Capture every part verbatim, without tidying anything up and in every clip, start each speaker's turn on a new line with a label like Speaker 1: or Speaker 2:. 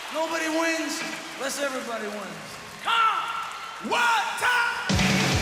Speaker 1: Nobody wins unless everybody wins. Come! One time!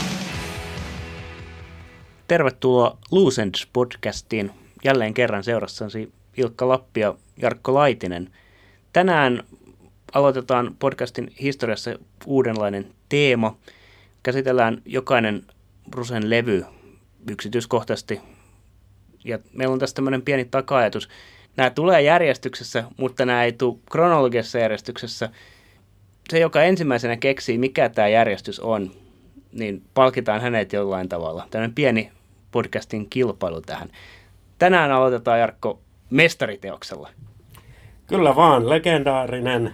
Speaker 2: Tervetuloa Loose Ends podcastiin. Jälleen kerran seurassasi Ilkka Lappi ja Jarkko Laitinen. Tänään aloitetaan podcastin historiassa uudenlainen teema. Käsitellään jokainen Brucen levy yksityiskohtaisesti. Ja meillä on tässä tämmöinen pieni taka-ajatus. Nämä tulee järjestyksessä, mutta nämä ei tule kronologisessa järjestyksessä. Se, joka ensimmäisenä keksii, mikä tämä järjestys on, niin palkitaan hänet jollain tavalla. Tämmöinen pieni podcastin kilpailu tähän. Tänään aloitetaan, Jarkko, mestariteoksella.
Speaker 3: Kyllä vaan, legendaarinen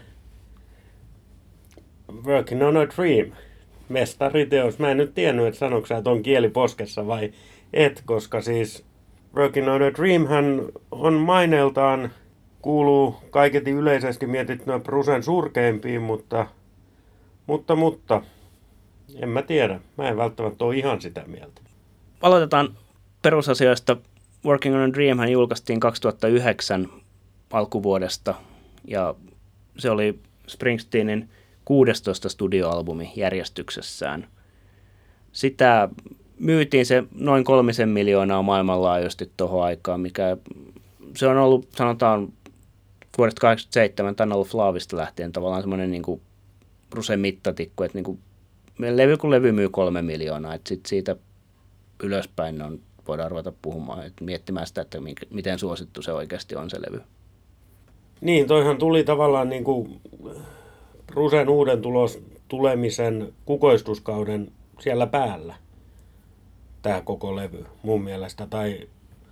Speaker 3: Working on a Dream. Mestariteos. Mä en nyt tiennyt, että sanoiko sä ton kieli poskessa vai et, koska siis Working on a Dream hän on maineeltaan, kuuluu kaiketi yleisesti mietittynä Brucen surkeimpiin, mutta, mutta, mutta, en mä tiedä. Mä en välttämättä ole ihan sitä mieltä.
Speaker 2: Aloitetaan perusasioista. Working on a Dream hän julkaistiin kaksituhattayhdeksän alkuvuodesta ja se oli Springsteenin kuudestoista studioalbumi järjestyksessään. Sitä myytiin se noin kolmisen miljoonaa maailmanlaajuisesti tuohon aikaan, mikä se on ollut, sanotaan, vuodesta kahdeksankymmentäseitsemän Tunnel of Lovesta lähtien tavallaan semmoinen niin kuin Brucen mittatikku, että niin kuin levy kun levy myy kolme miljoonaa, että sit siitä ylöspäin on, voidaan ruveta puhumaan, että miettimään sitä, että miten suosittu se oikeasti on se levy.
Speaker 3: Niin, toihan tuli tavallaan niin kuin Brucen uuden tulos, tulemisen kukoistuskauden siellä päällä, tämä koko levy mun mielestä, tai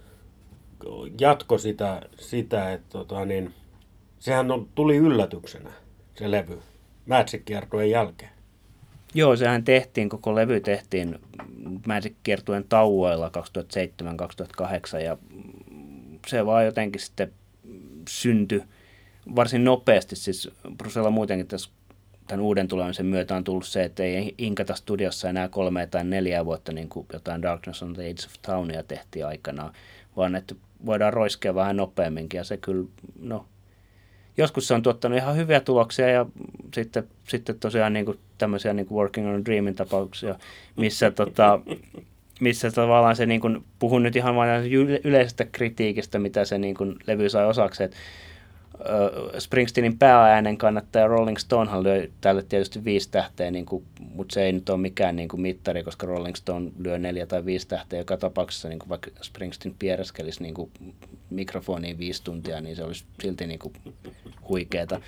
Speaker 3: jatko sitä, sitä että tota, niin, sehän on, tuli yllätyksenä se levy Magic-kiertueen jälkeen.
Speaker 2: Joo, sehän tehtiin, koko levy tehtiin Magic-kiertueen tauoilla kaksituhattaseitsemän kaksituhattakahdeksan ja se vaan jotenkin sitten syntyi varsin nopeasti. Siis Brucella muutenkin tässä tämän uuden tulemisen myötä on tullut se, että ei inkata studiossa enää kolme tai neljä vuotta niin kuin jotain Darkness on the Edge of Townia tehtiin aikanaan, vaan että voidaan roiskea vähän nopeamminkin ja se kyllä, no, joskus se on tuottanut ihan hyviä tuloksia ja sitten, sitten tosiaan niin kuin tämmöisiä niin kuin Working on a Dreamin tapauksia, missä, tota, missä tavallaan se, niin kuin, puhun nyt ihan vain yleisestä kritiikistä, mitä se niin kuin levy sai osakseen. Springsteenin päääänen kannattaja Rolling Stonehan lyö tälle tietysti viisi tähteä, niin kuin, mutta se ei nyt ole mikään niin kuin mittari, koska Rolling Stone lyö neljä tai viisi tähteä joka tapauksessa, niin kuin vaikka Springsteen piereskelisi niin kuin mikrofoniin viisi tuntia, niin se olisi silti niin kuin huikeeta.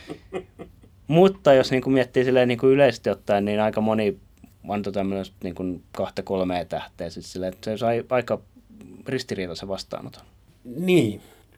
Speaker 2: Mutta jos niin kuin miettii silleen niin kuin yleisesti ottaen, niin aika moni antoi tämmöistä niin kuin kahta kolmea tähteä, siis silleen, että se sai aika ristiriitaisen vastaanoton.
Speaker 3: Niin.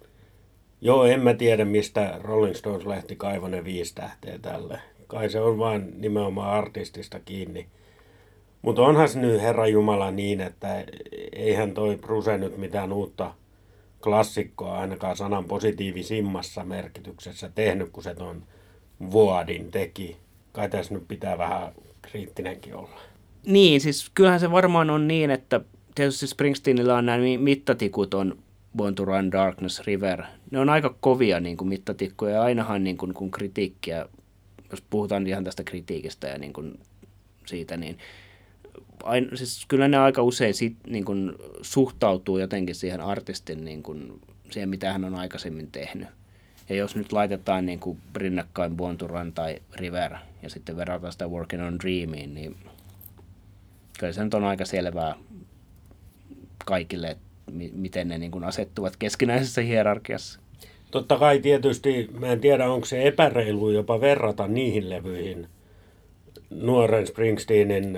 Speaker 3: Joo, en mä tiedä, mistä Rolling Stones lähti kaivanen viisi tähteä tälle. Kai se on vain nimenomaan artistista kiinni. Mutta onhan se nyt Herra Jumala niin, että eihän toi Bruce nyt mitään uutta klassikkoa ainakaan sanan positiivisimmassa merkityksessä tehnyt, kun se ton vuodin teki. Kai tässä nyt pitää vähän kriittinenkin olla.
Speaker 2: Niin, siis kyllähän se varmaan on niin, että tietysti Springsteenillä on nämä mittatikut on Born to Run, Darkness, River. Ne on aika kovia niin kuin mittatikkuja ja ainahan niin kuin, kun kritiikkiä, jos puhutaan ihan tästä kritiikistä ja niin kuin siitä, niin aina, siis kyllä ne aika usein sit, niin kuin, suhtautuu jotenkin siihen artistin, niin kuin, siihen mitä hän on aikaisemmin tehnyt. Ja jos nyt laitetaan niin kuin rinnakkain Born to Run tai River ja sitten verrataan sitä Working on Dreamiin, niin kyllä se nyt on aika selvää kaikille, että miten ne niin kuin asettuvat keskinäisessä hierarkiassa.
Speaker 3: Totta kai tietysti, mä en tiedä onko se epäreilu jopa verrata niihin levyihin nuoren Springsteenin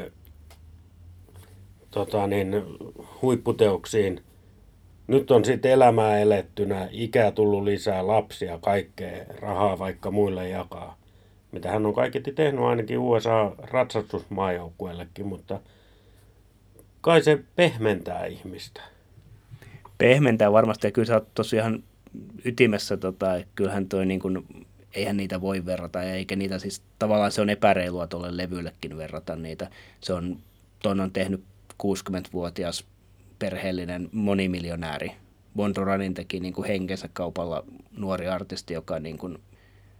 Speaker 3: tota niin, huipputeoksiin. Nyt on sitten elämää elettynä, ikää tullut lisää, lapsia, kaikkea, rahaa vaikka muille jakaa. Mitä hän on kaiketi tehnyt ainakin U S A-ratsastusmaajoukkueellekin, mutta kai se pehmentää ihmistä.
Speaker 2: Pehmentää varmasti, ja kyllä sä oot tosiaan ytimessä, tota, kyllähän toi niin kuin, eihän niitä voi verrata, eikä niitä siis, tavallaan se on epäreilua tuolle levyllekin verrata niitä. Se on, ton on tehnyt kuusikymmentävuotias perheellinen monimiljonääri. Born to Runin teki niin kuin henkensä kaupalla nuori artisti, joka niin kuin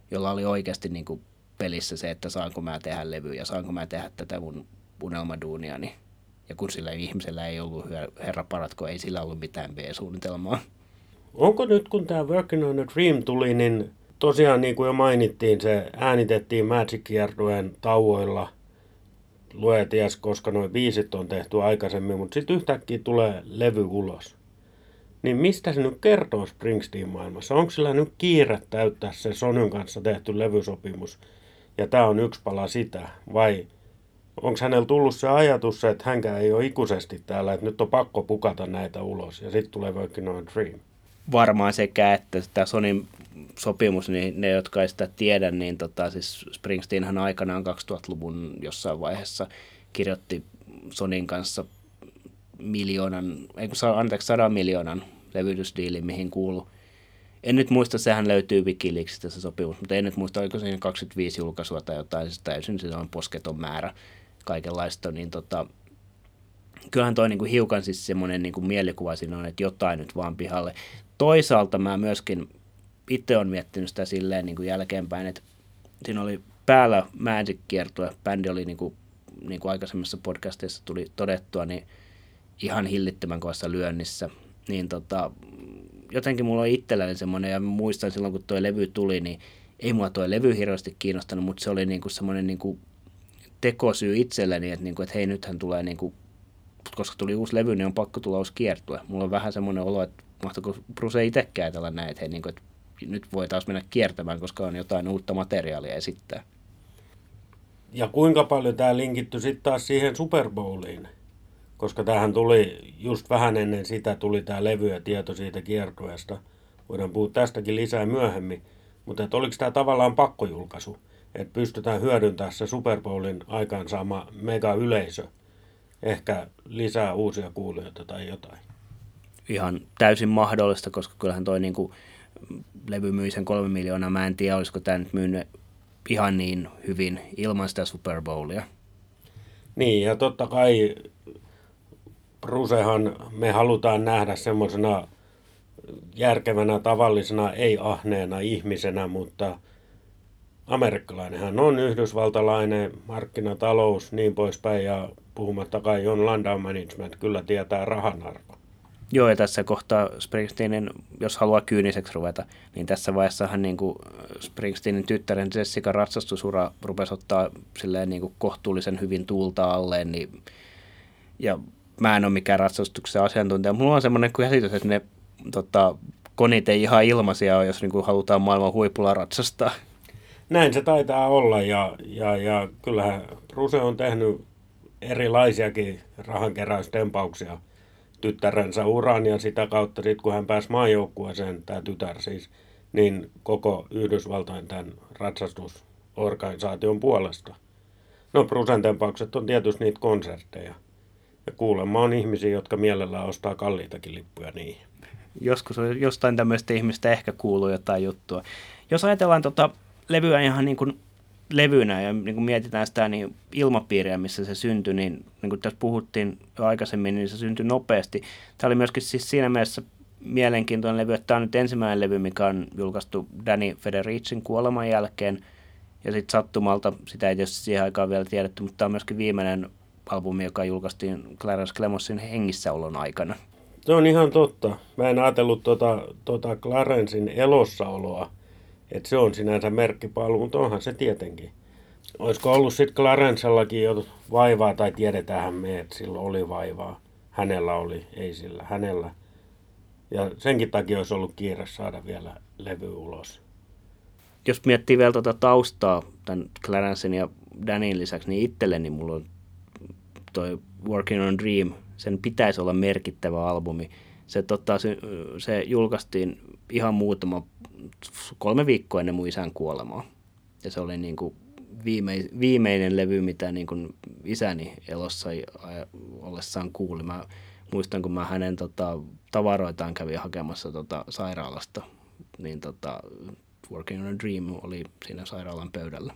Speaker 2: jolla oli oikeasti niin kuin pelissä se, että saanko mä tehdä levyä ja saanko mä tehdä tätä mun unelmaduuniani. Ja kun sillä ihmisellä ei ollut, herra paratko, ei sillä ollut mitään B-suunnitelmaa.
Speaker 3: Onko nyt, kun tämä Working on a Dream tuli, niin tosiaan niin kuin jo mainittiin, se äänitettiin Magic-kiertueen tauoilla. Lue ties, koska noin biisit on tehty aikaisemmin, mutta sitten yhtäkkiä tulee levy ulos. Niin mistä se nyt kertoo Springsteen-maailmassa? Onko sillä nyt kiire täyttää se Sonyn kanssa tehty levysopimus? Ja tämä on yksi pala sitä. Vai onko hänellä tullut se ajatus, että hänkään ei ole ikuisesti täällä, että nyt on pakko pukata näitä ulos ja sitten tulee Working on a Dream?
Speaker 2: Varmaan sekä, että tämä Sonyn sopimus, niin ne, jotka ei sitä tiedä, niin tota, siis Springsteenhan aikanaan kaksituhattaluvun jossain vaiheessa kirjoitti Sonyn kanssa miljoonan, ei kun anteeksi, sadan miljoonan levytysdiilin, mihin kuului. En nyt muista, sehän löytyy Wikileaksista se sopimus, mutta en nyt muista, oliko siinä kaksikymmentäviisi julkaisua tai jotain, siis täysin se on posketon määrä kaikenlaista, niin tota, kyllähän toi niinku hiukan siis semmoinen niinku mielikuva siinä on, että jotain nyt vaan pihalle. Toisaalta mä myöskin itse olen miettinyt sitä silleen niin kuin jälkeenpäin, että siinä oli päällä Magic-kiertue, bändi oli niin kuin, niin kuin aikaisemmassa podcastissa tuli todettua, niin ihan hillittömän kovassa lyönnissä. Niin tota, jotenkin mulla oli itselläni semmoinen, ja muistan silloin kun tuo levy tuli, niin ei mua tuo levy hirveästi kiinnostanut, mutta se oli niin kuin semmoinen niin kuin tekosyy itselleni, että, niin kuin, että hei nythän tulee, niin kuin, koska tuli uusi levy, niin on pakko tulla uusi kiertue. Mulla on vähän semmoinen olo, että mahtoiko Bruce itsekään ajatella näin, että, hei, niin kuin, että nyt voi taas mennä kiertämään, koska on jotain uutta materiaalia esittää.
Speaker 3: Ja kuinka paljon tämä linkitty sitten taas siihen Super Bowliin? Koska tämähän tuli just vähän ennen sitä, tuli tämä levy ja tieto siitä kiertueesta. Voidaan puhua tästäkin lisää myöhemmin. Mutta että oliko tämä tavallaan pakkojulkaisu? Että pystytään hyödyntämään se Super Bowlin aikaansaama mega-yleisö. Ehkä lisää uusia kuulijoita tai jotain.
Speaker 2: Ihan täysin mahdollista, koska kyllähän toi niinku levy myi sen kolme miljoonaa. Mä en tiedä, olisiko tämä nyt myynyt ihan niin hyvin ilman sitä Super Bowlia.
Speaker 3: Niin, ja totta kai Brucehan me halutaan nähdä semmoisena järkevänä, tavallisena, ei-ahneena ihmisenä, mutta amerikkalainenhan on yhdysvaltalainen markkinatalous, niin poispäin, ja puhumattakaan John Landau Management kyllä tietää rahan arvo.
Speaker 2: Joo, ja tässä kohtaa Springsteenin, jos haluaa kyyniseksi ruveta, niin tässä vaiheessahan niin kuin Springsteenin tyttären Jessica ratsastusura rupesi ottaa silleen niin kuin kohtuullisen hyvin tuulta alleen, niin, ja mä en ole mikään ratsastuksen asiantuntija. Mulla on semmoinen käsitys, että ne tota, konit ei ihan ilmaisia ole, jos niin kuin halutaan maailman huipulla ratsastaa.
Speaker 3: Näin se taitaa olla, ja, ja, ja kyllähän Bruce on tehnyt erilaisiakin rahankeräystempauksia tyttärensä uran, ja sitä kautta sitten kun hän pääsi maajoukkueeseen, tämä tytär siis, niin koko Yhdysvaltain tämän ratsastusorganisaation puolesta. No Brucen tempaukset on tietysti niitä konsertteja. Ja kuulemma on ihmisiä, jotka mielellään ostaa kalliitakin lippuja niihin.
Speaker 2: Joskus on jostain tämmöistä ihmistä ehkä kuuluu jotain juttua. Jos ajatellaan tota levyä ihan niin kuin levynä ja niin kuin mietitään sitä niin ilmapiiriä, missä se syntyi, niin, niin kuin tässä puhuttiin jo aikaisemmin, niin se syntyi nopeasti. Tämä oli myöskin siis siinä mielessä mielenkiintoinen levy, että tämä on nyt ensimmäinen levy, mikä on julkaistu Danny Federicin kuoleman jälkeen. Ja sitten sattumalta, sitä ei tietysti siihen aikaan vielä tiedetty, mutta tämä on myöskin viimeinen albumi, joka julkaistiin Clarence Clemonsin hengissäolon aikana.
Speaker 3: Se on ihan totta. Mä en ajatellut tuota, tuota Clarencin elossaoloa, että se on sinänsä merkkipaalu, mutta onhan se tietenkin. Olisiko ollut sitten Clarencellakin jo vaivaa, tai tiedetäänhän me, että sillä oli vaivaa. Hänellä oli, ei sillä, hänellä. Ja senkin takia olisi ollut kiire saada vielä levy ulos.
Speaker 2: Jos miettii vielä tuota taustaa tämän Clarencen ja Danin lisäksi, niin itselleni mulla on toi Working on a Dream, sen pitäisi olla merkittävä albumi. Se, tota, se, se julkaistiin ihan muutama, kolme viikkoa ennen mun isän kuolemaa. Ja se oli niin kuin viime, viimeinen levy, mitä niin kuin isäni elossa ollessaan kuuli. Mä muistan, kun mä hänen tota, tavaroitaan kävin hakemassa tota, sairaalasta, niin tota, Working on a Dream oli siinä sairaalan pöydällä.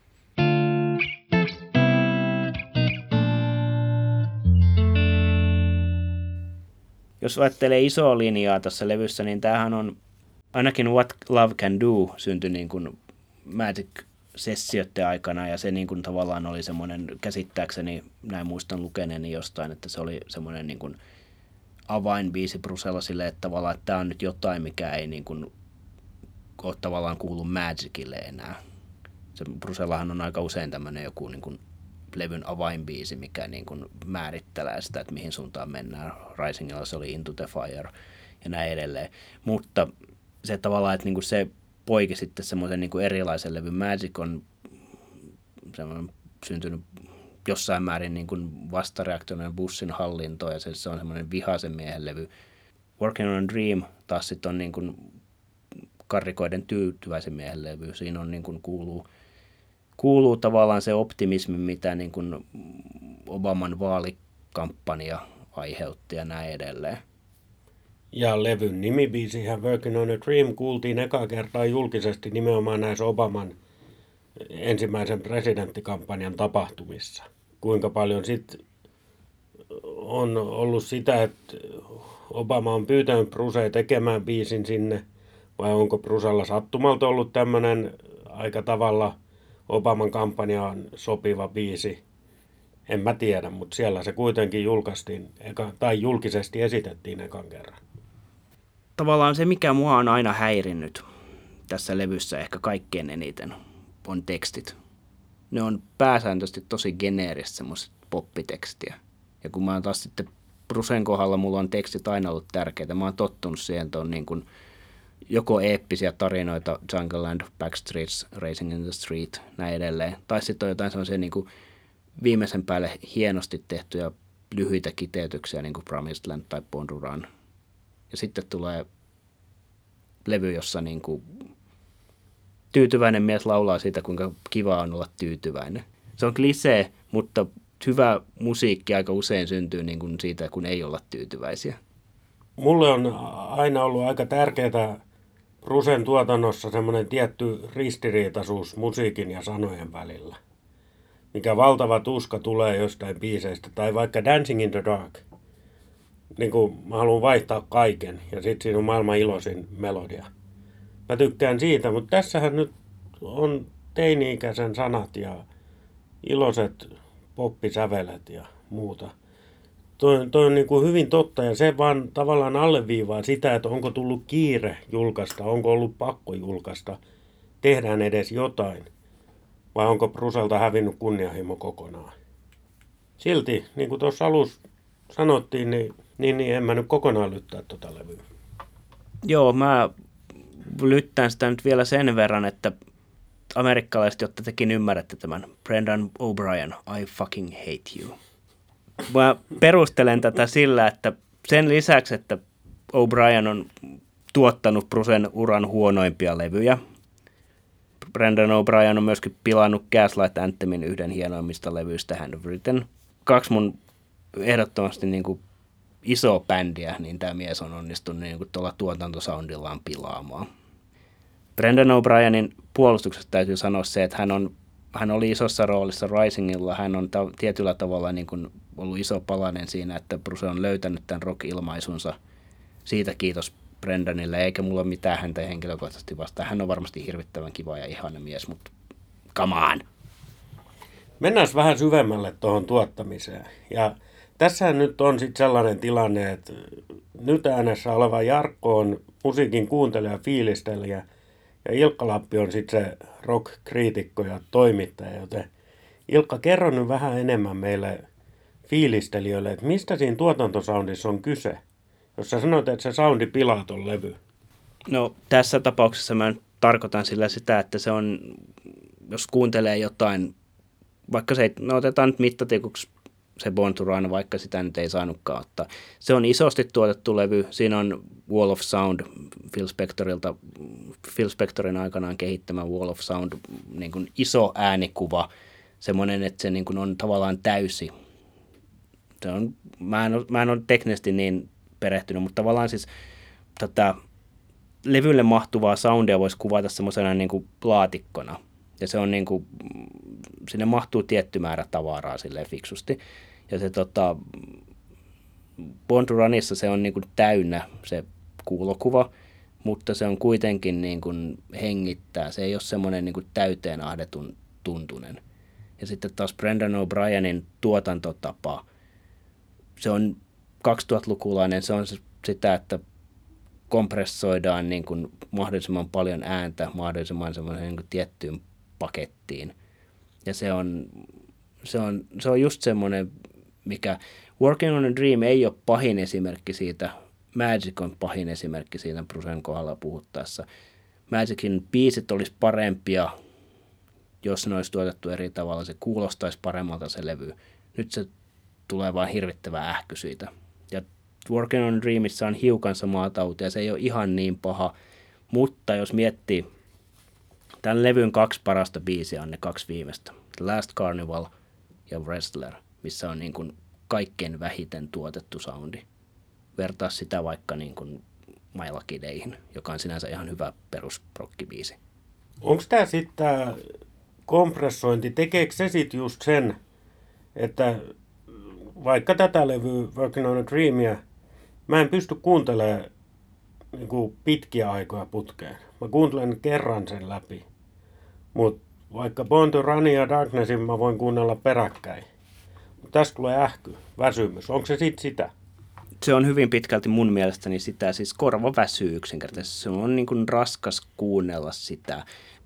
Speaker 2: Jos ajattelee isoa linjaa tässä levyssä, niin tämähän on, ainakin What Love Can Do syntyi niin kuin Magic-sessioiden aikana, ja se niin kuin tavallaan oli semmoinen, käsittääkseni, näin muistan lukeneeni jostain, että se oli semmoinen niin kuin avainbiisi Brucella silleen, että tavallaan, että tämä on nyt jotain, mikä ei niin kuin ole tavallaan kuulu Magicille enää. Se Brucellahan on aika usein tämmöinen joku niin kuin levyn avainbiisi, mikä niin kuin määrittelee sitä, että mihin suuntaan mennään. Risingilla se oli Into the Fire ja näin edelleen. Mutta se tavallaan, että niin kuin se poiki sitten semmoisen niin kuin erilaisen levyn. Magic on semmoinen syntynyt jossain määrin niin kuin vastareaktioninen Bushin hallinto, ja se, se on semmoinen vihaisen miehen levy. Working on a Dream taas sitten on niin kuin karrikoiden tyytyväisen miehen levy. Siinä on niin kuin kuuluu, kuuluu tavallaan se optimismi, mitä niin kuin Obaman vaalikampanja aiheutti ja näin edelleen.
Speaker 3: Ja levyn nimibiisihän Working on a Dream kuultiin eka kertaa julkisesti nimenomaan näissä Obaman ensimmäisen presidenttikampanjan tapahtumissa. Kuinka paljon sitten on ollut sitä, että Obama on pyytänyt Brucea tekemään biisin sinne, vai onko Brucella sattumalta ollut tämmöinen aika tavalla Obaman kampanjaan sopiva biisi? En mä tiedä, mutta siellä se kuitenkin julkaistiin, eka, tai julkisesti esitettiin ekan kerran.
Speaker 2: Tavallaan se, mikä mua on aina häirinnyt tässä levyssä ehkä kaikkein eniten, on tekstit. Ne on pääsääntöisesti tosi geneeristä semmoiset poppitekstiä. Ja kun mä oon taas sitten Brucen kohdalla, mulla on tekstit aina ollut tärkeitä. Mä oon tottunut siihen, että on niin kuin joko eeppisiä tarinoita, Jungle Land, Backstreets, Racing in the Street, näin edelleen. Tai sitten on jotain semmoisia niin kuin viimeisen päälle hienosti tehtyjä lyhyitä kiteytyksiä, niin kuin Promised Land tai Born to Run. Ja sitten tulee levy, jossa niin kuin tyytyväinen mies laulaa siitä, kuinka kiva on olla tyytyväinen. Se on klisee, mutta hyvä musiikki aika usein syntyy niin kuin siitä, kun ei olla tyytyväisiä.
Speaker 3: Mulle on aina ollut aika tärkeää Brucen tuotannossa semmoinen tietty ristiriitaisuus musiikin ja sanojen välillä. Mikä valtava tuska tulee jostain biiseistä. Tai vaikka Dancing in the Dark. Niin kuin mä haluan vaihtaa kaiken. Ja sitten siinä on maailman iloisin melodia. Mä tykkään siitä, mutta tässähän nyt on teini-ikäisen sanat ja iloiset poppisävelet ja muuta. Toi, toi on niin kuin hyvin totta, ja se vaan tavallaan alleviivaa sitä, että onko tullut kiire julkaista, onko ollut pakko julkaista, tehdään edes jotain, vai onko Brucelta hävinnyt kunnianhimo kokonaan. Silti, niin kuin tuossa alussa sanottiin, niin, niin, niin en mä nyt kokonaan lyttää tuota levyä.
Speaker 2: Joo, mä lyttään sitä nyt vielä sen verran, että amerikkalaiset, jotta tekin ymmärrätte tämän, Brendan O'Brien, I fucking hate you. Mä perustelen tätä sillä, että sen lisäksi, että O'Brien on tuottanut Brucen uran huonoimpia levyjä, Brendan O'Brien on myöskin pilannut Gaslight Anthemin yhden hienoimmista levyistä, Handwritten. Kaksi mun ehdottomasti niin kuin iso bändiä, niin tämä mies on onnistunut niin kuin tuolla tuotantosoundillaan pilaamaan. Brendan O'Brienin puolustuksesta täytyy sanoa se, että hän, on, hän oli isossa roolissa Risingilla. Hän on ta- tietyllä tavalla niin kuin ollut iso palanen siinä, että Bruce on löytänyt tämän rock-ilmaisunsa. Siitä kiitos Brendanille, eikä mulla ole mitään häntä henkilökohtaisesti vastaan. Hän on varmasti hirvittävän kiva ja ihana mies, mutta come on!
Speaker 3: Mennään vähän syvemmälle tuohon tuottamiseen. Ja tässähän nyt on sitten sellainen tilanne, että nyt äänessä oleva Jarkko on musiikin kuuntelija, fiilistelijä, ja Ilkka Lappi on sitten se rock-kriitikko ja toimittaja, joten Ilkka, kerro nyt vähän enemmän meille fiilistelijöille, että mistä siinä tuotantosoundissa on kyse, jos sä sanoit, että se soundi pilaa ton levy.
Speaker 2: No tässä tapauksessa mä tarkoitan sillä sitä, että se on, jos kuuntelee jotain, vaikka se ei, no otetaan nyt mittatikuksi se Born to Run, vaikka sitä nyt ei saanutkaan ottaa. Se on isosti tuotettu levy. Siinä on Wall of Sound Phil Spectorilta, Phil Spectorin aikanaan kehittämä Wall of Sound, niin kuin iso äänikuva, semmoinen, että se niin kuin on tavallaan täysi. Se on, mä, en ole, mä en ole teknisesti niin perehtynyt, mutta tavallaan siis tätä levylle mahtuvaa soundia voisi kuvata semmoisena niin kuin laatikkona. Ja se on niin kuin, sinne mahtuu tietty määrä tavaraa silleen fiksusti. Ja se tota, Born to Runissa se on niin kuin täynnä se kuulokuva, mutta se on kuitenkin niin kuin hengittää. Se ei ole semmoinen niin kuin täyteen ahdetun tuntunen. Ja sitten taas Brendan O'Brienin tuotantotapa, se on kaksituhattalukulainen, se on sitä, että kompressoidaan niin kuin mahdollisimman paljon ääntä mahdollisimman semmoinen niin kuin tiettyyn pakettiin. Ja se on, se on, se on just semmoinen, mikä Working on a Dream ei ole pahin esimerkki siitä. Magic on pahin esimerkki siitä Brucen kohdalla puhuttaessa. Magicin biisit olisi parempia, jos ne olisi tuotettu eri tavalla. Se kuulostaisi paremmalta se levy. Nyt se tulee vain hirvittävä ähky siitä. Ja Working on a Dreamissa on hiukan samaa tautia. Se ei ole ihan niin paha, mutta jos miettii, tämän levyn kaksi parasta biisiä on ne kaksi viimeistä. The Last Carnival ja Wrestler, missä on niin kuin kaikkein vähiten tuotettu soundi. Vertaa sitä vaikka niin kuin My Lucky Dayhin, joka on sinänsä ihan hyvä perusprokkibiisi.
Speaker 3: Onko tämä sitten tämä kompressointi, tekeekö se sitten just sen, että vaikka tätä levyä Working on a Dreamia, mä en pysty kuuntelemaan niin kuin pitkiä aikoja putkeen. Mä kuuntelen kerran sen läpi, mutta vaikka Born to Run ja Darknessin mä voin kuunnella peräkkäin. Tässä tulee ähky, väsymys. Onko se sitten sitä?
Speaker 2: Se on hyvin pitkälti mun mielestäni sitä, siis korva väsyy yksinkertaisesti. Se on niin kuin raskas kuunnella sitä.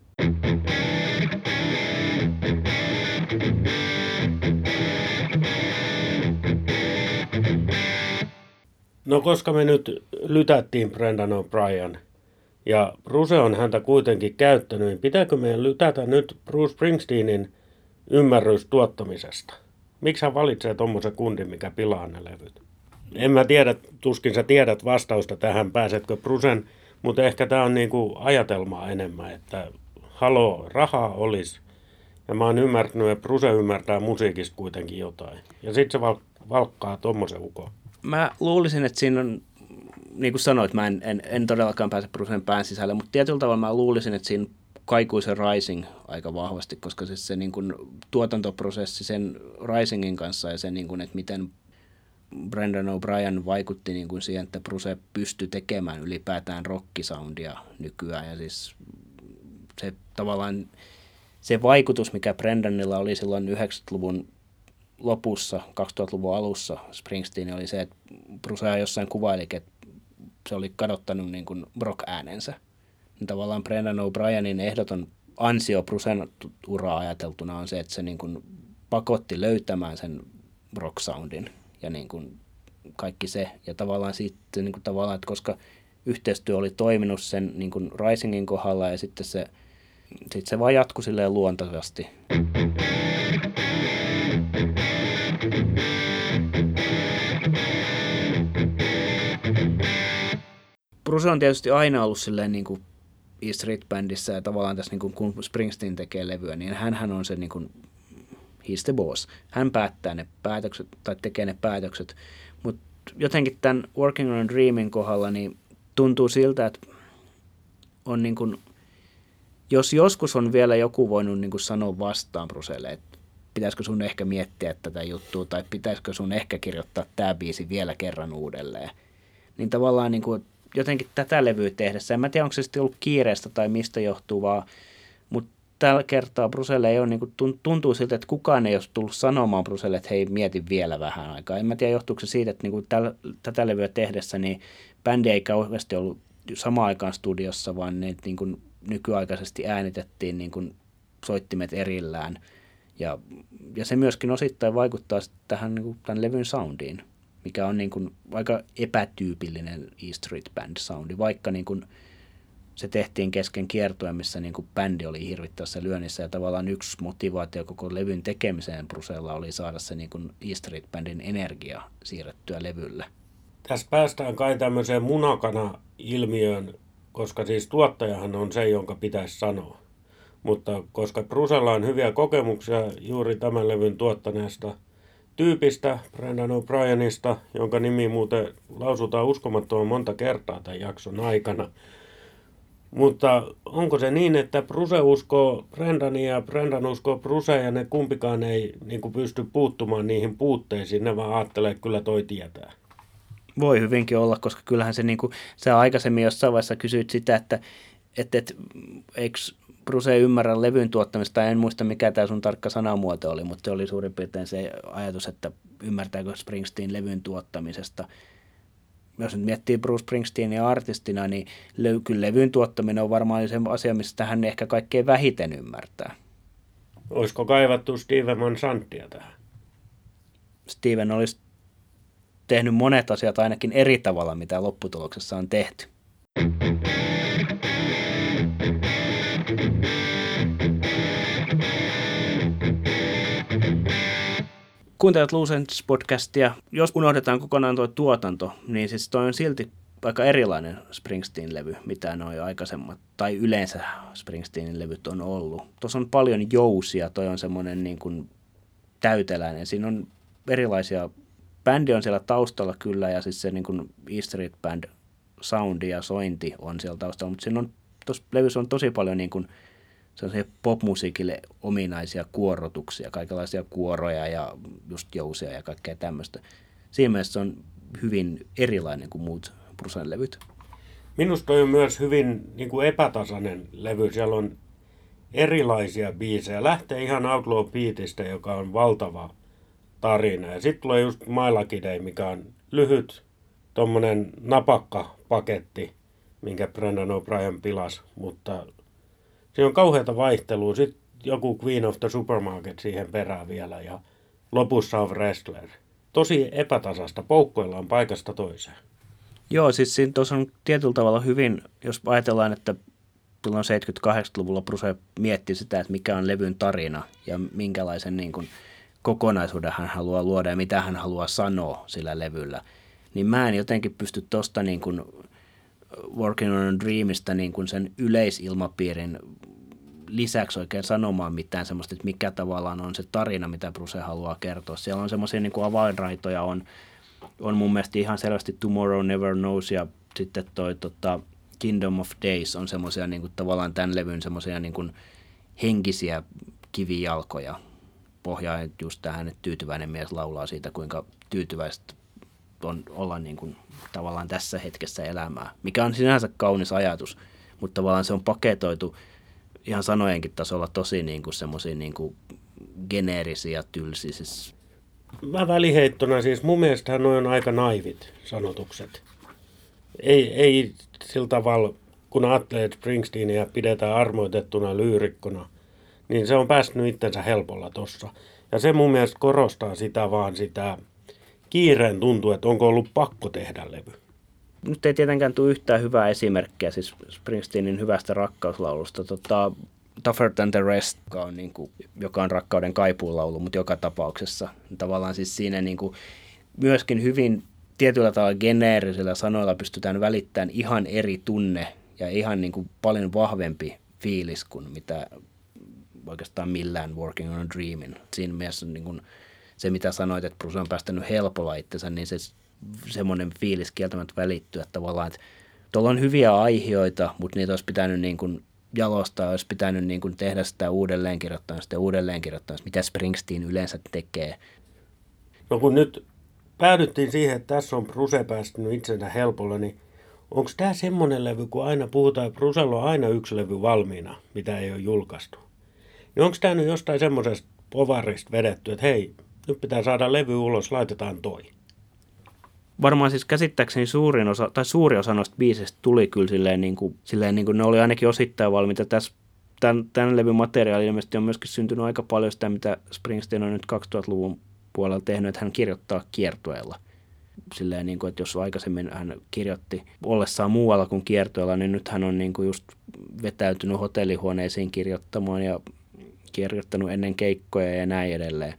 Speaker 3: No koska me nyt lytättiin Brendan O'Brien ja Bruce on häntä kuitenkin käyttänyt, niin pitääkö meidän lytätä nyt Bruce Springsteenin ymmärrys tuottamisesta? Miksi hän valitsee tommosen kundin, mikä pilaa ne levyt? En mä tiedä, tuskin sä tiedät vastausta tähän, pääsetkö Brucen, mutta ehkä tää on niinku ajatelmaa enemmän, että haloo, rahaa olisi. Ja mä oon ymmärtänyt, että Bruce ymmärtää musiikista kuitenkin jotain. Ja sit se val- valkkaa tommosen ukon.
Speaker 2: Mä luulisin, että siinä on, niin kuin sanoit, mä en, en, en todellakaan pääse Brucen pään sisälle, mutta tietyllä tavalla mä luulisin, että siinä kaikui se Rising aika vahvasti, koska siis se niin kuin tuotantoprosessi sen Risingin kanssa ja se, niin kuin, että miten Brendan O'Brien vaikutti niin kuin siihen, että Bruce pystyi tekemään ylipäätään rockisoundia nykyään. Ja siis se tavallaan se vaikutus, mikä Brendanilla oli silloin yhdeksänkymmentäluvun lopussa, kaksituhattaluvun alussa Springsteen oli se, että Bruce jossain kuvailikin, että se oli kadottanut niin kuin rock-äänensä. Niin tavallaan Brendan O'Brienin ehdoton ansio Brucen uraa ajateltuna on se, että se niin kuin pakotti löytämään sen rock-soundin ja niin kuin kaikki se. Ja tavallaan siitä, niin kuin tavallaan, että koska yhteistyö oli toiminut sen niin kuin Risingin kohdalla ja sitten se, sitten se vaan jatkui silleen luontaisesti. Bruce on tietysti aina ollut silleen niin kuin E Street Bandissä ja tavallaan tässä niin kuin, kun Springsteen tekee levyä, niin hänhän on se niin kuin, he's the boss. Hän päättää ne päätökset tai tekee ne päätökset, mutta jotenkin tämän Working on a Dreamin kohdalla niin tuntuu siltä, että on niin kuin, jos joskus on vielä joku voinut niin kuin sanoa vastaan Brucelle, että pitäisikö sun ehkä miettiä tätä juttua tai pitäisikö sun ehkä kirjoittaa tämä biisi vielä kerran uudelleen, niin tavallaan niin kuin, jotenkin tätä levyä tehdessä. En mä tiedä, onko se sitten ollut kiireestä tai mistä johtuu, vaan, mutta tällä kertaa Brucelle ei ole, niin kuin, tuntuu siltä, että kukaan ei ole tullut sanomaan Brucelle, että hei, mieti vielä vähän aikaa. En mä tiedä, johtuuko se siitä, että niin kuin täl, tätä levyä tehdessä, niin bändi ei kauheasti ollut samaan aikaan studiossa, vaan ne niin kuin nykyaikaisesti äänitettiin niin kuin soittimet erillään. Ja, ja se myöskin osittain vaikuttaa tähän niin kuin tämän levyn soundiin, mikä on niin kuin aika epätyypillinen E Street Band soundi, vaikka niin kuin se tehtiin kesken kiertoen, missä niin kuin bändi oli hirvittävässä lyönnissä ja tavallaan yksi motivaatio koko levyn tekemiseen Brucella oli saada se niin kuin E Street Bandin energia siirrettyä levylle.
Speaker 3: Tässä päästään kai tämmöiseen munakana-ilmiöön, koska siis tuottajahan on se, jonka pitäisi sanoa. Mutta koska Brucella on hyviä kokemuksia juuri tämän levyn tuottaneesta tyypistä, Brendan O'Brienista, jonka nimi muuten lausutaan uskomattoman monta kertaa tämän jakson aikana. Mutta onko se niin, että Bruce uskoo Brendania ja Brendan uskoo Brucea ja ne kumpikaan ei niin kuin pysty puuttumaan niihin puutteisiin, ne vaan ajattelee, että kyllä toi tietää?
Speaker 2: Voi hyvinkin olla, koska kyllähän se, niin kuin, sä aikaisemmin jossain vaiheessa kysyit sitä, että et, et, eikö Bruce ymmärrä levyn tuottamista, en muista mikä tämä sun tarkka sanamuoto oli, mutta se oli suurin piirtein se ajatus, että ymmärtääkö Springsteen levyn tuottamisesta. Jos nyt miettii Bruce Springsteenia artistina, niin le- kyllä levyn tuottaminen on varmaan se asia, mistä hän ehkä kaikkein vähiten ymmärtää.
Speaker 3: Olisiko kaivattu Steven Monsantia tähän?
Speaker 2: Steven olisi tehnyt monet asiat ainakin eri tavalla, mitä lopputuloksessa on tehty. Kuuntelet Loose Ends-podcastia. Jos unohdetaan kokonaan tuo tuotanto, niin siis toi on silti aika erilainen Springsteen-levy, mitä nuo aikaisemmat, tai yleensä Springsteenin levyt on ollut. Tuossa on paljon jousia, toi on semmoinen niin kuin täyteläinen. Siinä on erilaisia, bändi on siellä taustalla kyllä, ja siis se niin kuin E Street Band soundi ja sointi on siellä taustalla, mutta siinä on, tuossa levyssä on tosi paljon niin kuin sellaisia popmusiikille ominaisia kuorotuksia, kaikenlaisia kuoroja ja just jousia ja kaikkea tämmöistä. Siinä mielessä se on hyvin erilainen kuin muut Brucen levyt.
Speaker 3: Minusta toi on myös hyvin niin kuin epätasainen levy. Siellä on erilaisia biisejä. Lähtee ihan Outlaw Peteistä, joka on valtava tarina. Ja sitten tulee just My Lucky Day, mikä on lyhyt, tommonen napakka paketti, minkä Brendan O'Brien pilasi, mutta siinä on kauheata vaihtelua. Sitten joku Queen of the Supermarket siihen perään vielä ja lopussa on Wrestler. Tosi epätasasta, poukkoillaan paikasta toiseen.
Speaker 2: Joo, siis siinä tuossa on tietyllä tavalla hyvin, jos ajatellaan, että silloin seitsemänkymmentä-kahdeksankymmentäluvulla Bruce mietti sitä, että mikä on levyn tarina ja minkälaisen niin kuin kokonaisuuden hän haluaa luoda ja mitä hän haluaa sanoa sillä levyllä. Niin mä en jotenkin pysty tuosta niin kuin Working on a Dreamista niin kuin sen yleisilmapiirin lisäksi oikein sanomaan mitään semmoista, että mikä tavallaan on se tarina, mitä Bruce haluaa kertoa. Siellä on semmoisia niin kuin avainraitoja, on, on mun mielestä ihan selvästi Tomorrow Never Knows ja sitten toi tota, Kingdom of Days on semmoisia niin kuin tavallaan tämän levyn semmoisia niin kuin henkisiä kivijalkoja. Pohjaa just tähän, että tyytyväinen mies laulaa siitä, kuinka tyytyväistä on olla niin kuin tavallaan tässä hetkessä elämää, mikä on sinänsä kaunis ajatus, mutta tavallaan se on paketoitu ihan sanojenkin tasolla tosi niin kuin semmoisia niin kuin geneerisiä, tylsiä.
Speaker 3: Mä väliheittona siis mun mielestähän noin on aika naivit sanotukset. Ei, ei sillä tavalla, kun ajattelee, että Springsteenia pidetään armoitettuna lyyrikkona, niin se on päässyt itsensä helpolla tossa. Ja se mun mielestä korostaa sitä vaan sitä kiireen tuntuu, että onko ollut pakko tehdä levy.
Speaker 2: Nyt ei tietenkään tule yhtään hyvää esimerkkiä siis Springsteenin hyvästä rakkauslaulusta. Tota, Tougher Than The Rest, joka on, niin kuin, joka on rakkauden kaipuulaulu, mutta joka tapauksessa. Tavallaan siis siinä niin kuin, myöskin hyvin tietyllä tavalla geneerisillä sanoilla pystytään välittämään ihan eri tunne ja ihan niin kuin, paljon vahvempi fiilis kuin mitä oikeastaan millään Working on a Dreamin. Siinä mielessä niin kuin, se, mitä sanoit, että Bruce on päästänyt helpolla itsensä, niin se semmoinen fiilis kieltämättä välittyy, että tavallaan, että tuolla on hyviä aiheita, mutta niitä olisi pitänyt niin kuin jalostaa, olisi pitänyt niin kuin tehdä sitä uudelleenkirjoittamista ja uudelleenkirjoittamista, mitä Springsteen yleensä tekee.
Speaker 3: No kun nyt päädyttiin siihen, että tässä on Bruce päästänyt itsensä helpolla, niin onko tämä semmoinen levy, kun aina puhutaan, että Brucella on aina yksi levy valmiina, mitä ei ole julkaistu. Niin onko tämä nyt jostain semmoisesta povarista vedetty, että hei, nyt pitää saada levy ulos, laitetaan toi.
Speaker 2: Varmaan siis käsittääkseni suurin osa, tai suuri osa noista biiseistä tuli kyllä silleen, niin kuin, silleen niin kuin ne oli ainakin osittain valmiita. Tässä, tämän, tämän levyn materiaali ilmeisesti on myöskin syntynyt aika paljon sitä, mitä Springsteen on nyt kaksituhattaluvun puolella tehnyt, että hän kirjoittaa kiertueella. Silleen, niin kuin, että jos aikaisemmin hän kirjoitti ollessaan muualla kuin kiertueella, niin nyt hän on niin kuin just vetäytynyt hotellihuoneisiin kirjoittamaan ja kirjoittanut ennen keikkoja ja näin edelleen.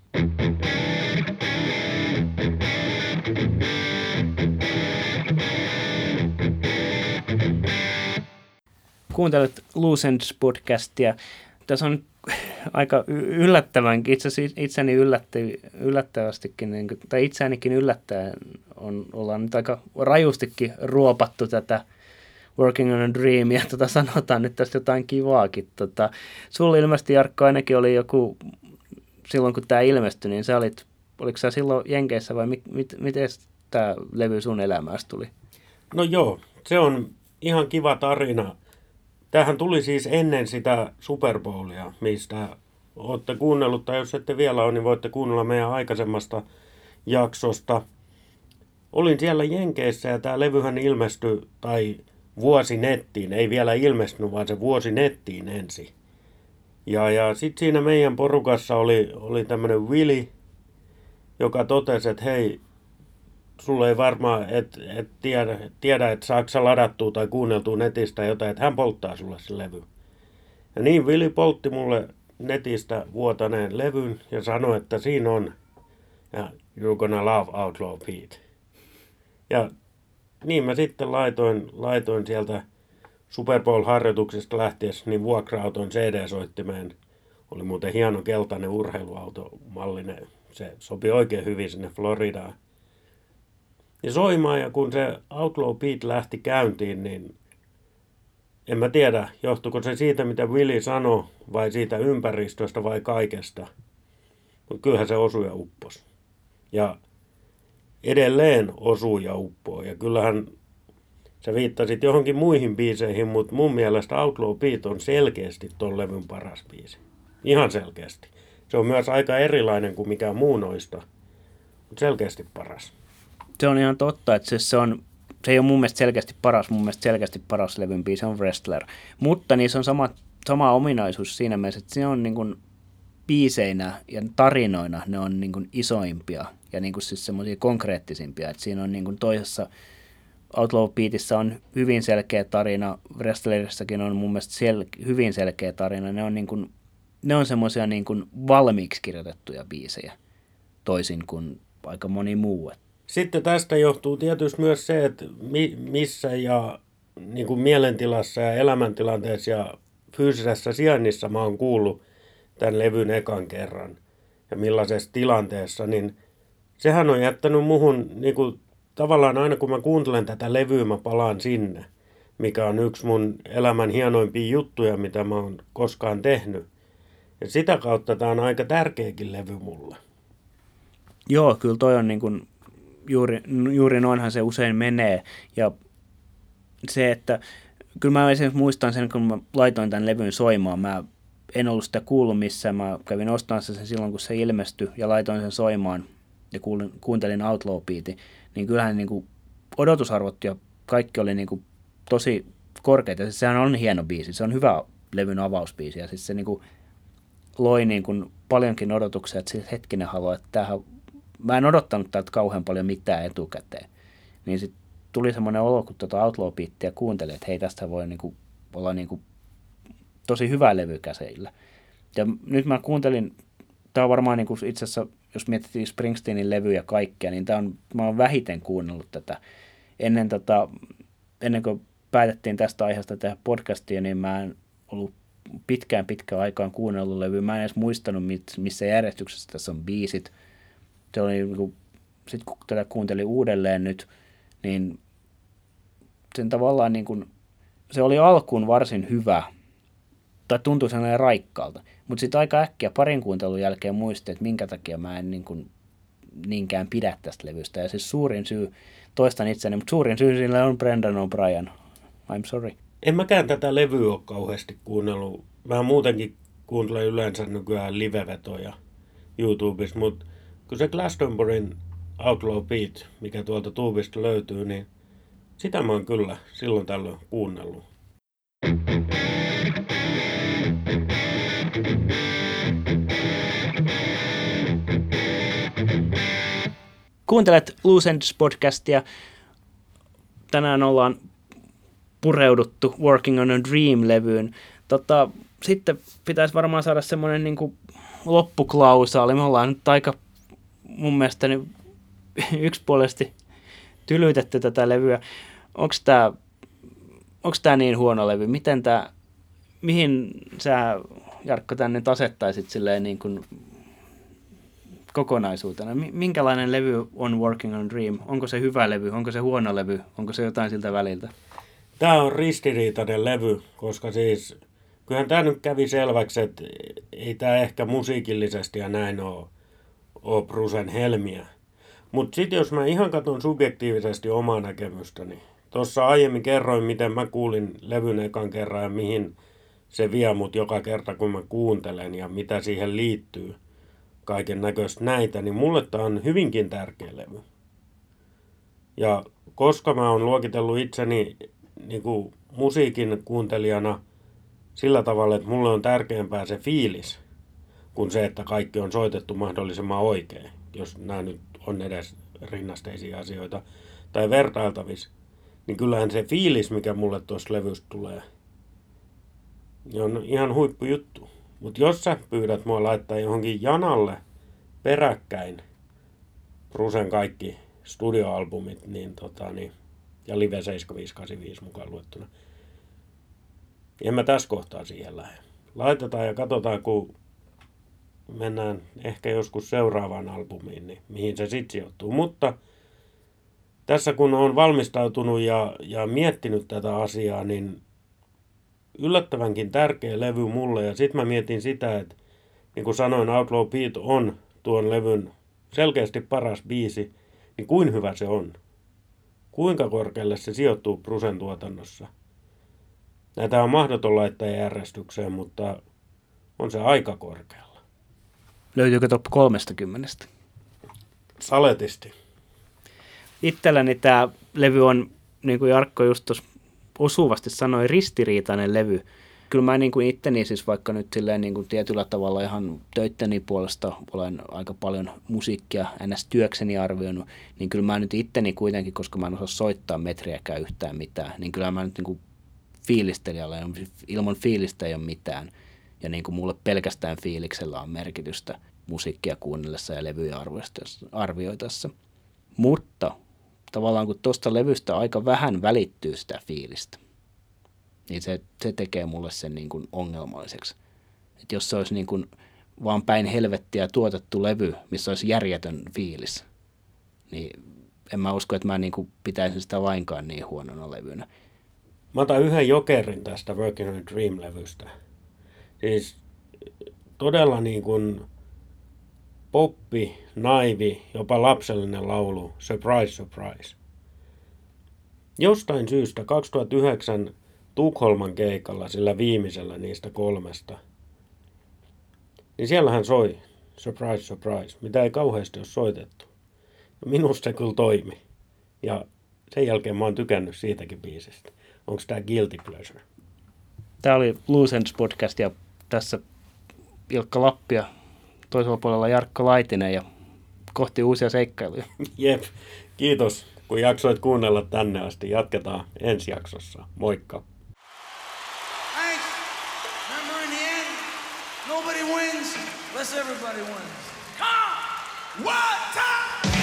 Speaker 2: Kuuntelet Loose Ends-podcastia. Tässä on aika yllättävänkin, itse asiassa itseni yllätti, yllättävästikin, niin kuin, tai itseänikin yllättäen on, ollaan nyt aika rajustikin ruopattu tätä Working on a Dream, ja tota, sanotaan nyt tästä jotain kivaakin. Tota, sulla ilmeisesti, Jarkko, ainakin oli joku, silloin kun tämä ilmestyi, niin sä olit, oliko sä silloin Jenkeissä vai mit, mit, miten tämä levy sun elämästä tuli?
Speaker 3: No joo, se on ihan kiva tarina. Tämähän tuli siis ennen sitä Super Bowlia, mistä olette kuunnellut, tai jos ette vielä ole, niin voitte kuunnella meidän aikaisemmasta jaksosta. Olin siellä Jenkeissä ja tämä levyhän ilmestyi, tai vuosi nettiin, ei vielä ilmestynyt, vaan se vuosi nettiin ensin. Ja, ja sitten siinä meidän porukassa oli, oli tämmöinen Willy, joka totesi, että hei, sulle ei varmaan et, et tiedä, tiedä, että saako sä ladattua tai kuunneltua netistä jotain, että hän polttaa sulle se levy. Ja niin Willy poltti mulle netistä vuotaneen levyn ja sanoi, että siinä on, ja you're gonna love Outlaw Pete. Ja niin mä sitten laitoin, laitoin sieltä Super Bowl-harjoituksesta lähtiessä niin vuokra-auton C D-soittimeen. Oli muuten hieno keltainen urheiluautomallinen. Se sopi oikein hyvin sinne Floridaan. Ja soimaan, ja kun se Outlaw Pete lähti käyntiin, niin en mä tiedä, johtuiko se siitä, mitä Willy sanoi, vai siitä ympäristöstä, vai kaikesta. Mutta kyllähän se osui ja upposi. Ja edelleen osuu ja uppoo. Ja kyllähän sä viittasit johonkin muihin biiseihin, mutta mun mielestä Outlaw Pete on selkeästi ton levyn paras biisi. Ihan selkeästi. Se on myös aika erilainen kuin mikään muu noista, mutta selkeästi paras.
Speaker 2: Se on ihan totta, että se, se, on, se ei ole mun mielestä selkeästi paras, mun mielestä selkeästi paras levyn biisi on Wrestler. Mutta niissä on sama, sama ominaisuus siinä mielessä, että se on niin kuin biiseinä ja tarinoina ne on niin kuin isoimpia ja niin kuin siis semmoisia konkreettisimpia. Että siinä on niin kuin toisessa Outlaw Peteissä on hyvin selkeä tarina, Wrestlerissäkin on mun mielestä sel- hyvin selkeä tarina. Ne on, niin kuin, ne on semmoisia niin kuin valmiiksi kirjoitettuja biisejä toisin kuin aika moni muu.
Speaker 3: Sitten tästä johtuu tietysti myös se, että mi- missä ja niin kuin mielentilassa ja elämäntilanteessa ja fyysisessä sijainnissa mä oon kuullut tämän levyn ekan kerran ja millaisessa tilanteessa, niin sehän on jättänyt muhun niin kuin, tavallaan aina kun mä kuuntelen tätä levyä, mä palaan sinne, mikä on yksi mun elämän hienoimpia juttuja, mitä mä oon koskaan tehnyt. Ja sitä kautta tää on aika tärkeäkin levy mulle.
Speaker 2: Joo, kyllä toi on niin kuin Juuri, juuri noinhan se usein menee, ja se, että kyllä mä esimerkiksi muistan sen, kun mä laitoin tämän levyn soimaan, mä en ollut sitä kuullut missään, mä kävin ostamassa sen silloin, kun se ilmestyi, ja laitoin sen soimaan, ja kuulin, kuuntelin Outlaw Pete, niin kyllähän niin kuin odotusarvot ja kaikki oli niin kuin tosi korkeita, siis sehän on hieno biisi, se on hyvä levyn avausbiisi, ja siis se niin kuin loi niin kuin paljonkin odotuksia, että siis hetkinen haluaa, että tämähän mä en odottanut täältä kauhean paljon mitään etukäteen. Niin sitten tuli semmoinen olo, kun tuota Outlaw Peteä kuuntelin, että hei, tästä voi niinku olla niinku tosi hyvä levy käsillä. Ja nyt mä kuuntelin, tää on varmaan niinku itse asiassa, jos mietittiin Springsteenin levyjä ja kaikkea, niin tää on, mä oon vähiten kuunnellut tätä. Ennen, tota, ennen kuin päätettiin tästä aiheesta tehdä podcastia, niin mä en ollut pitkään pitkään aikaan kuunnellut levyä. Mä en edes muistanut, missä järjestyksessä tässä on biisit. Se oli, sitten kun tätä kuuntelin uudelleen nyt, niin sen tavallaan niin kuin, se oli alkuun varsin hyvä, tai tuntui sellainen raikkaalta, mutta sitten aika äkkiä parin kuuntelun jälkeen muistin, että minkä takia mä en niin kuin, niinkään pidä tästä levystä. Ja siis suurin syy, toistan itseni, mutta suurin syy sillä on Brendan O'Brien. I'm sorry.
Speaker 3: En mäkään tätä levyä ole kauheasti kuunnellut. Mä muutenkin kuuntelen yleensä nykyään livevetoja YouTubesta, mutta kun se Glastonburyn Outlaw Pete, mikä tuolta tuubista löytyy, niin sitä mä oon kyllä silloin tällöin kuunnellut.
Speaker 2: Kuuntelet Loose Ends podcastia. Tänään ollaan pureuduttu Working on a Dream-levyyn. Tota, sitten pitäisi varmaan saada semmoinen niin kuin loppuklausaali. Me ollaan nyt aika mun mielestäni yksipuolisesti tylytetty tätä levyä. Onko tämä onko tämä niin huono levy? Miten tämä, mihin sä, Jarkko, tän nyt asettaisit silleen niin kuin kokonaisuutena? Minkälainen levy on Working on a Dream? Onko se hyvä levy? Onko se huono levy? Onko se jotain siltä väliltä? Tämä
Speaker 3: on ristiriitainen levy, koska siis kyllähän tämä nyt kävi selväksi, että ei tämä ehkä musiikillisesti ja näin ole, ole Brucen helmiä. Mutta sitten jos mä ihan katson subjektiivisesti omaa näkemystäni, tuossa aiemmin kerroin, miten mä kuulin levyn ekan kerran ja mihin se vie mut joka kerta, kun mä kuuntelen ja mitä siihen liittyy, kaiken näköistä näitä, niin mulle tää on hyvinkin tärkeä levy. Ja koska mä oon luokitellut itseni niin kuin musiikin kuuntelijana sillä tavalla, että mulle on tärkeämpää se fiilis, kuin se, että kaikki on soitettu mahdollisimman oikein, jos nämä nyt on edes rinnasteisia asioita tai vertailtavissa, niin kyllähän se fiilis, mikä mulle tuossa levystä tulee, niin on ihan huippujuttu. Mutta jos sä pyydät mua laittaa johonkin janalle peräkkäin Brucen kaikki studioalbumit niin, tota, niin, ja Live seitsemänkymmentäviisi kahdeksankymmentäviisi mukaan luettuna, en mä tässä kohtaa siihen lähde. Laitetaan ja katsotaan, kun mennään ehkä joskus seuraavaan albumiin, niin mihin se sitten sijoittuu. Mutta tässä kun olen valmistautunut ja, ja miettinyt tätä asiaa, niin yllättävänkin tärkeä levy mulle. Ja sitten mä mietin sitä, että niin kuin sanoin, Outlaw Pete on tuon levyn selkeästi paras biisi, niin kuin hyvä se on. Kuinka korkealle se sijoittuu Brucen tuotannossa. Näitä on mahdoton laittaa järjestykseen, mutta on se aika korkealla.
Speaker 2: Löytyykö top kolmekymmentä?
Speaker 3: Saletisti.
Speaker 2: Itselläni tämä levy on, niin kuin Jarkko just tuossa osuvasti sanoi, ristiriitainen levy. Kyllä mä niin kuin itteni siis vaikka nyt silleen niin kuin tietyllä tavalla ihan töitteni puolesta olen aika paljon musiikkia ns. Työkseni arvioinut, niin kyllä mä nyt itteni kuitenkin, koska mä en osaa soittaa metriäkään yhtään mitään, niin kyllä mä nyt niin kuin fiilistelijällä, ilman fiilistä ei ole mitään. Ja niin kuin mulle pelkästään fiiliksellä on merkitystä musiikkia kuunnellessa ja levyjä arvioitaessa. Mutta tavallaan kun tuosta levystä aika vähän välittyy sitä fiilistä, niin se, se tekee mulle sen niin kuin ongelmalliseksi. Että jos se olisi niin kuin vaan päin helvettiä tuotettu levy, missä olisi järjetön fiilis, niin en mä usko, että mä niin kuin pitäisin sitä lainkaan niin huonona levynä.
Speaker 3: Mä otan yhden jokerin tästä Working on a Dream-levystä. Siis todella niin kuin poppi, naivi, jopa lapsellinen laulu, Surprise, Surprise. Jostain syystä kaksituhattayhdeksän Tukholman keikalla, sillä viimeisellä niistä kolmesta, niin siellähän soi Surprise, Surprise, mitä ei kauheasti ole soitettu. Minusta se kyllä toimi. Ja sen jälkeen mä oon tykännyt siitäkin biisistä. Onko tämä Guilty Pleasure?
Speaker 2: Tämä oli Loose Ends Podcast ja tässä Ilkka Lappi ja toisella puolella Jarkko Laitinen ja kohti uusia seikkailuja.
Speaker 3: Jep, kiitos kun jaksoit kuunnella tänne asti. Jatketaan ensi jaksossa. Moikka!
Speaker 1: Thanks. Remember in the end, nobody wins unless everybody wins. Come! What time?